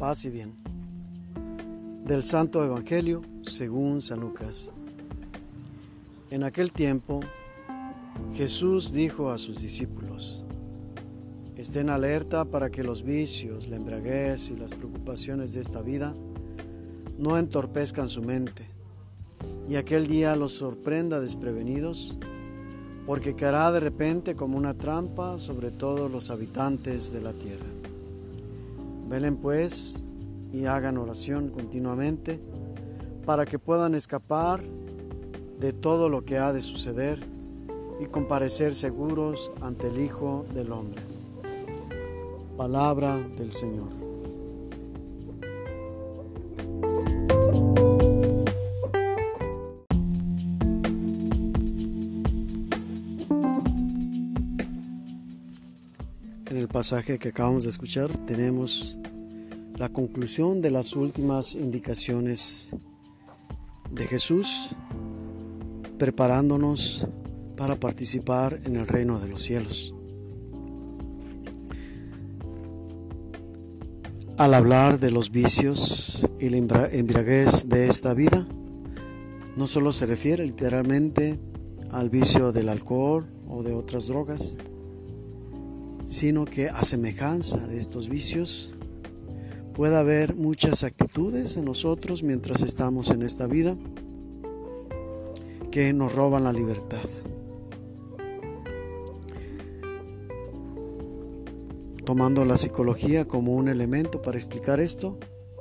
Paz y bien. Del Santo Evangelio según San Lucas. En aquel tiempo, Jesús dijo a sus discípulos: estén alerta para que los vicios, la embriaguez y las preocupaciones de esta vida no entorpezcan su mente, y aquel día los sorprenda desprevenidos, porque caerá de repente como una trampa sobre todos los habitantes de la tierra. Velen pues y hagan oración continuamente para que puedan escapar de todo lo que ha de suceder y comparecer seguros ante el Hijo del Hombre. Palabra del Señor. En el pasaje que acabamos de escuchar tenemos la conclusión de las últimas indicaciones de Jesús, preparándonos para participar en el reino de los cielos. Al hablar de los vicios y la embriaguez de esta vida, no solo se refiere literalmente al vicio del alcohol o de otras drogas, sino que a semejanza de estos vicios puede haber muchas actitudes en nosotros mientras estamos en esta vida que nos roban la libertad. Tomando la psicología como un elemento para explicar esto,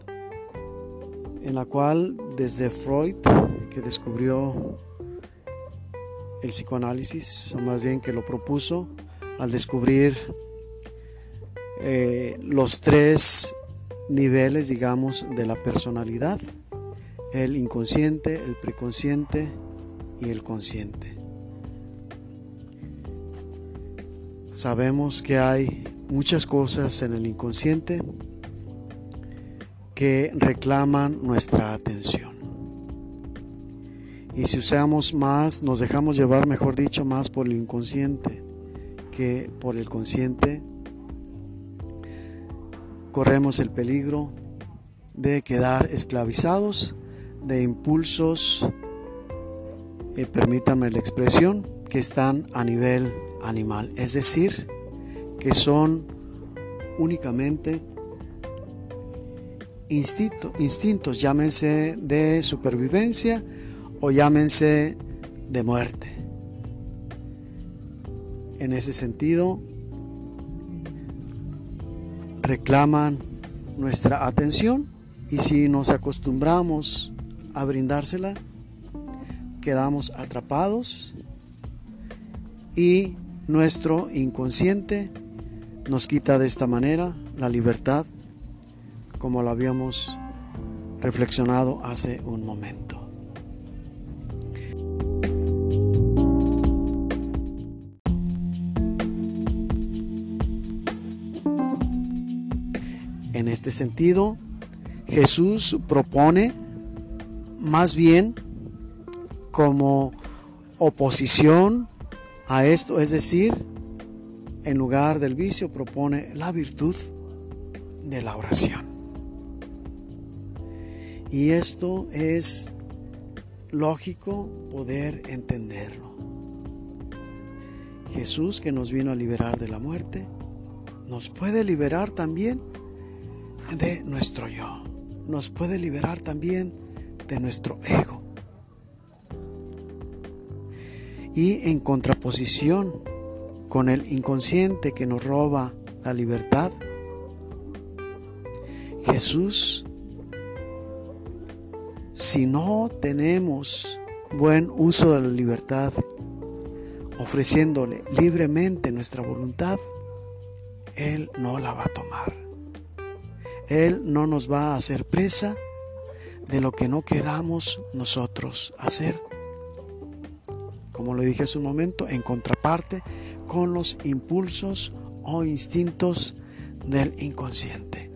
en la cual desde Freud, que descubrió el psicoanálisis, o más bien que lo propuso, al descubrir los tres niveles, digamos, de la personalidad: el inconsciente, el preconsciente y el consciente. Sabemos que hay muchas cosas en el inconsciente que reclaman nuestra atención. Y si usamos más, nos dejamos llevar, mejor dicho, más por el inconsciente que por el consciente, corremos el peligro de quedar esclavizados de impulsos, permítanme la expresión, que están a nivel animal, es decir, que son únicamente instintos, llámense de supervivencia o llámense de muerte. En ese sentido, reclaman nuestra atención, y si nos acostumbramos a brindársela, quedamos atrapados y nuestro inconsciente nos quita de esta manera la libertad, como lo habíamos reflexionado hace un momento. En este sentido, Jesús propone más bien como oposición a esto, es decir, en lugar del vicio propone la virtud de la oración. Y esto es lógico poder entenderlo. Jesús, que nos vino a liberar de la muerte, nos puede liberar también de nuestro yo, nos puede liberar también de nuestro ego. Y en contraposición con el inconsciente que nos roba la libertad, Jesús, si no tenemos buen uso de la libertad, ofreciéndole libremente nuestra voluntad, Él no la va a tomar. Él no nos va a hacer presa de lo que no queramos nosotros hacer. Como lo dije hace un momento, en contraparte con los impulsos o instintos del inconsciente.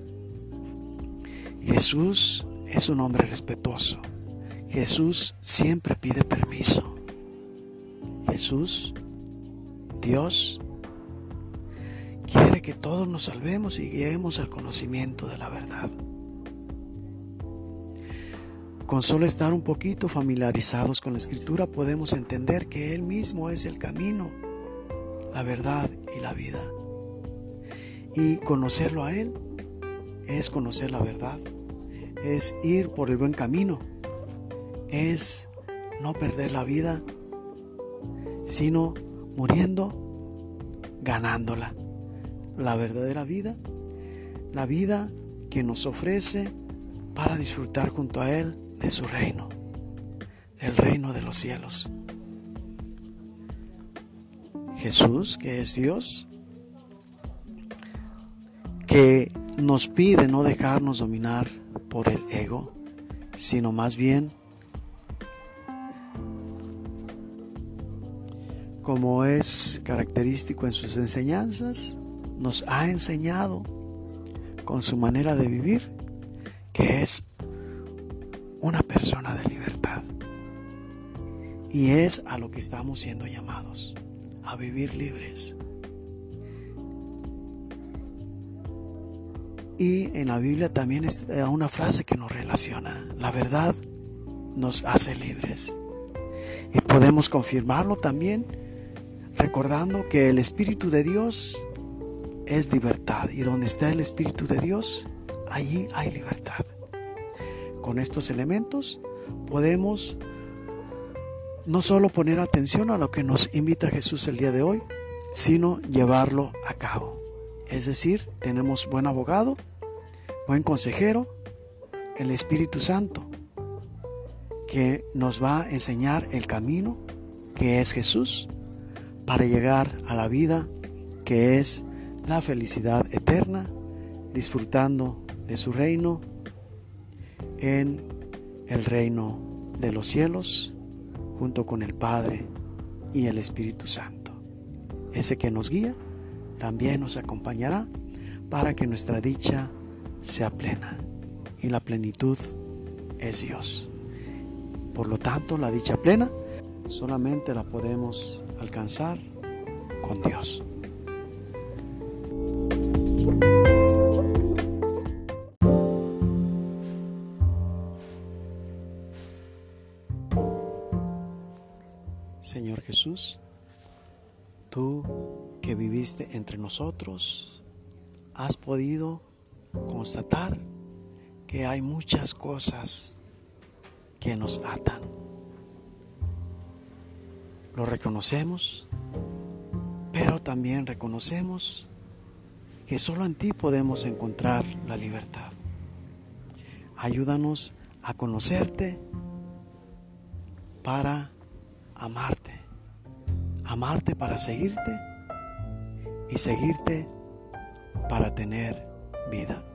Jesús es un hombre respetuoso. Jesús siempre pide permiso. Jesús, Dios, quiere que todos nos salvemos y lleguemos al conocimiento de la verdad. con solo estar un poquito familiarizados con la Escritura podemos entender que Él mismo es el camino, la verdad y la vida. Y conocerlo a Él es conocer la verdad, es ir por el buen camino, es no perder la vida, sino muriendo, ganándola. La verdadera vida, la vida que nos ofrece para disfrutar junto a Él de su reino, el reino de los cielos. Jesús, que es Dios, que nos pide no dejarnos dominar por el ego, sino más bien, como es característico en sus enseñanzas, nos ha enseñado con su manera de vivir que es una persona de libertad. Y es a lo que estamos siendo llamados, a vivir libres. Y en la Biblia también está una frase que nos relaciona: la verdad nos hace libres. Y podemos confirmarlo también recordando que el Espíritu de Dios es libertad, y donde está el Espíritu de Dios, allí hay libertad. Con estos elementos podemos no solo poner atención a lo que nos invita Jesús el día de hoy, sino llevarlo a cabo. Es decir, tenemos buen abogado, buen consejero, el Espíritu Santo, que nos va a enseñar el camino que es Jesús para llegar a la vida que es la felicidad eterna, disfrutando de su reino en el reino de los cielos, junto con el Padre y el Espíritu Santo. Ese que nos guía también nos acompañará para que nuestra dicha sea plena, y la plenitud es Dios. Por lo tanto, la dicha plena solamente la podemos alcanzar con Dios. Señor Jesús, tú que viviste entre nosotros, has podido constatar que hay muchas cosas que nos atan. Lo reconocemos, pero también reconocemos que solo en ti podemos encontrar la libertad. Ayúdanos a conocerte para amarte para seguirte, y seguirte para tener vida.